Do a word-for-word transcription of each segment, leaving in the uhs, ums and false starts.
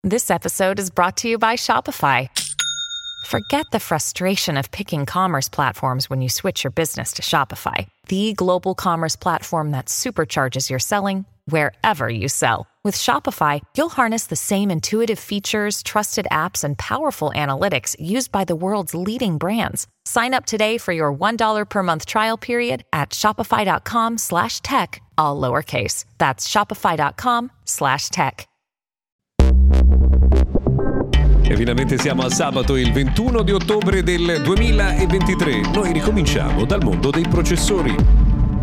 This episode is brought to you by Shopify. Forget the frustration of picking commerce platforms when you switch your business to Shopify, the global commerce platform that supercharges your selling wherever you sell. With Shopify, you'll harness the same intuitive features, trusted apps, and powerful analytics used by the world's leading brands. Sign up today for your one dollar per month trial period at shopify.com slash tech, all lowercase. That's shopify.com slash tech. E finalmente siamo a sabato, il ventuno di ottobre del duemilaventitré. Noi ricominciamo dal mondo dei processori.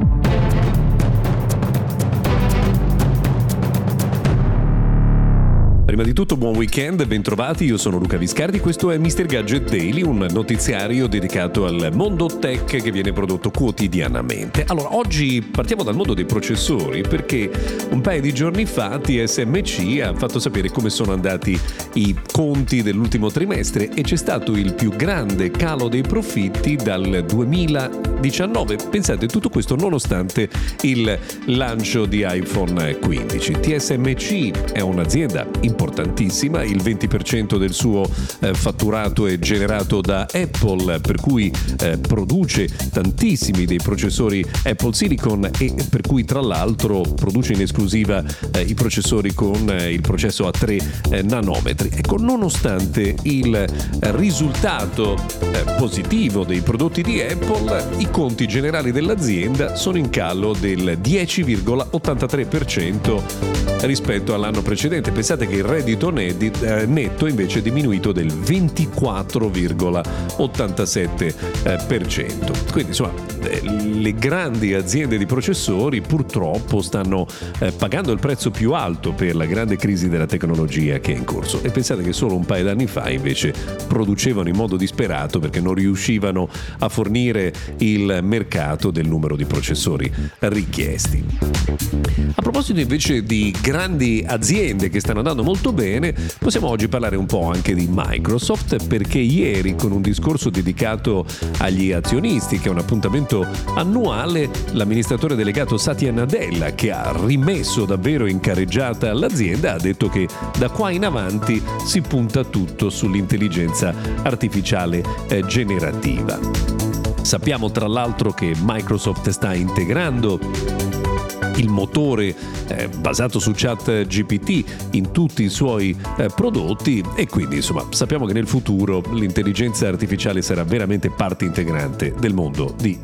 Prima di tutto buon weekend, bentrovati, io sono Luca Viscardi, questo è mister Gadget Daily, un notiziario dedicato al mondo tech che viene prodotto quotidianamente. Allora, oggi partiamo dal mondo dei processori perché un paio di giorni fa T S M C ha fatto sapere come sono andati i conti dell'ultimo trimestre e c'è stato il più grande calo dei profitti dal duemiladiciannove. Pensate, tutto questo nonostante il lancio di iPhone quindici. T S M C è un'azienda importante, importantissima, il venti per cento del suo eh, fatturato è generato da Apple, per cui eh, produce tantissimi dei processori Apple Silicon e per cui tra l'altro produce in esclusiva eh, i processori con eh, il processo a tre eh, nanometri. Ecco, nonostante il eh, risultato eh, positivo dei prodotti di Apple, i conti generali dell'azienda sono in calo del dieci virgola ottantatré per cento rispetto all'anno precedente. Pensate che il reddito netto invece è diminuito del ventiquattro virgola ottantasette per cento. Quindi insomma le grandi aziende di processori purtroppo stanno pagando il prezzo più alto per la grande crisi della tecnologia che è in corso, e pensate che solo un paio d'anni fa invece producevano in modo disperato perché non riuscivano a fornire il mercato del numero di processori richiesti. A proposito invece di grandi aziende che stanno andando molto bene, possiamo oggi parlare un po' anche di Microsoft, perché ieri, con un discorso dedicato agli azionisti, che è un appuntamento annuale, l'amministratore delegato Satya Nadella, che ha rimesso davvero in carreggiata l'azienda, ha detto che da qua in avanti si punta tutto sull'intelligenza artificiale eh, generativa. Sappiamo tra l'altro che Microsoft sta integrando il motore eh, basato su ChatGPT in tutti i suoi eh, prodotti, e quindi insomma sappiamo che nel futuro l'intelligenza artificiale sarà veramente parte integrante del mondo di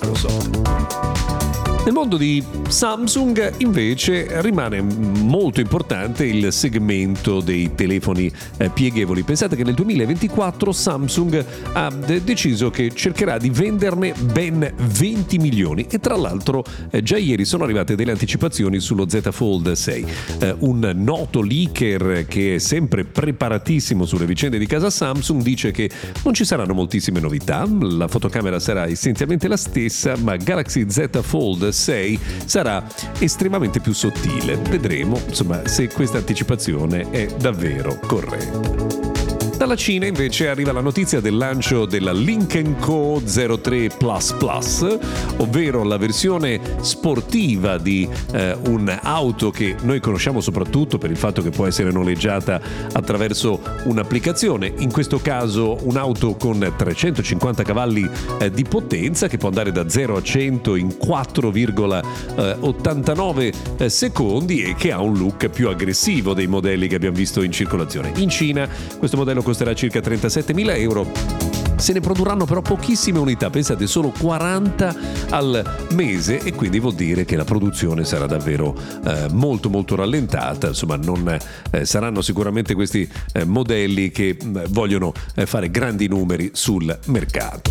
Microsoft. Nel mondo di Samsung invece rimane molto importante il segmento dei telefoni eh, pieghevoli. Pensate che nel duemilaventiquattro Samsung ha de- deciso che cercherà di venderne ben venti milioni, e tra l'altro eh, già ieri sono arrivate delle anticipazioni sullo Z Fold sei. Eh, un noto leaker che è sempre preparatissimo sulle vicende di casa Samsung dice che non ci saranno moltissime novità, la fotocamera sarà essenzialmente la stessa, ma Galaxy Z Fold sei sarà estremamente più sottile. Vedremo insomma se questa anticipazione è davvero corretta. Dalla Cina invece arriva la notizia del lancio della Lynk Co zero tre Plus Plus, ovvero la versione sportiva di eh, un'auto che noi conosciamo soprattutto per il fatto che può essere noleggiata attraverso un'applicazione, in questo caso un'auto con trecentocinquanta cavalli eh, di potenza che può andare da zero a cento in quattro virgola ottantanove eh, secondi e che ha un look più aggressivo dei modelli che abbiamo visto in circolazione. In Cina questo modello costerà circa trentasettemila euro. Se ne produrranno però pochissime unità, pensate solo quaranta al mese, e quindi vuol dire che la produzione sarà davvero eh, molto molto rallentata. Insomma, non eh, saranno sicuramente questi eh, modelli che eh, vogliono eh, fare grandi numeri sul mercato.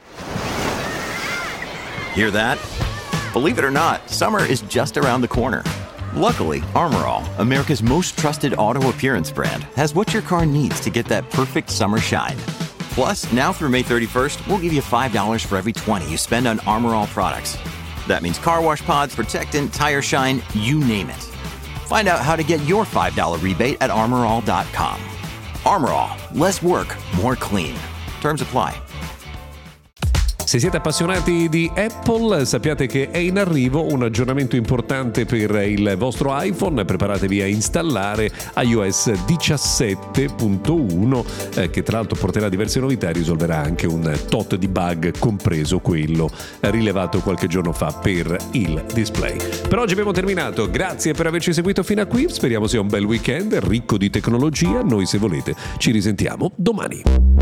Hear that? Believe it or not, summer is just around the corner. Luckily, Armor All, America's most trusted auto appearance brand, has what your car needs to get that perfect summer shine. Plus, now through May thirty-first, we'll give you five dollars for every twenty you spend on Armor All products. That means car wash pods, protectant, tire shine, you name it. Find out how to get your five dollars rebate at armor all dot com. Armor All, less work, more clean. Terms apply. Se siete appassionati di Apple, sappiate che è in arrivo un aggiornamento importante per il vostro iPhone. Preparatevi a installare iOS diciassette punto uno, eh, che tra l'altro porterà diverse novità e risolverà anche un tot di bug, compreso quello rilevato qualche giorno fa per il display. Per oggi abbiamo terminato, grazie per averci seguito fino a qui, speriamo sia un bel weekend ricco di tecnologia. Noi, se volete, ci risentiamo domani.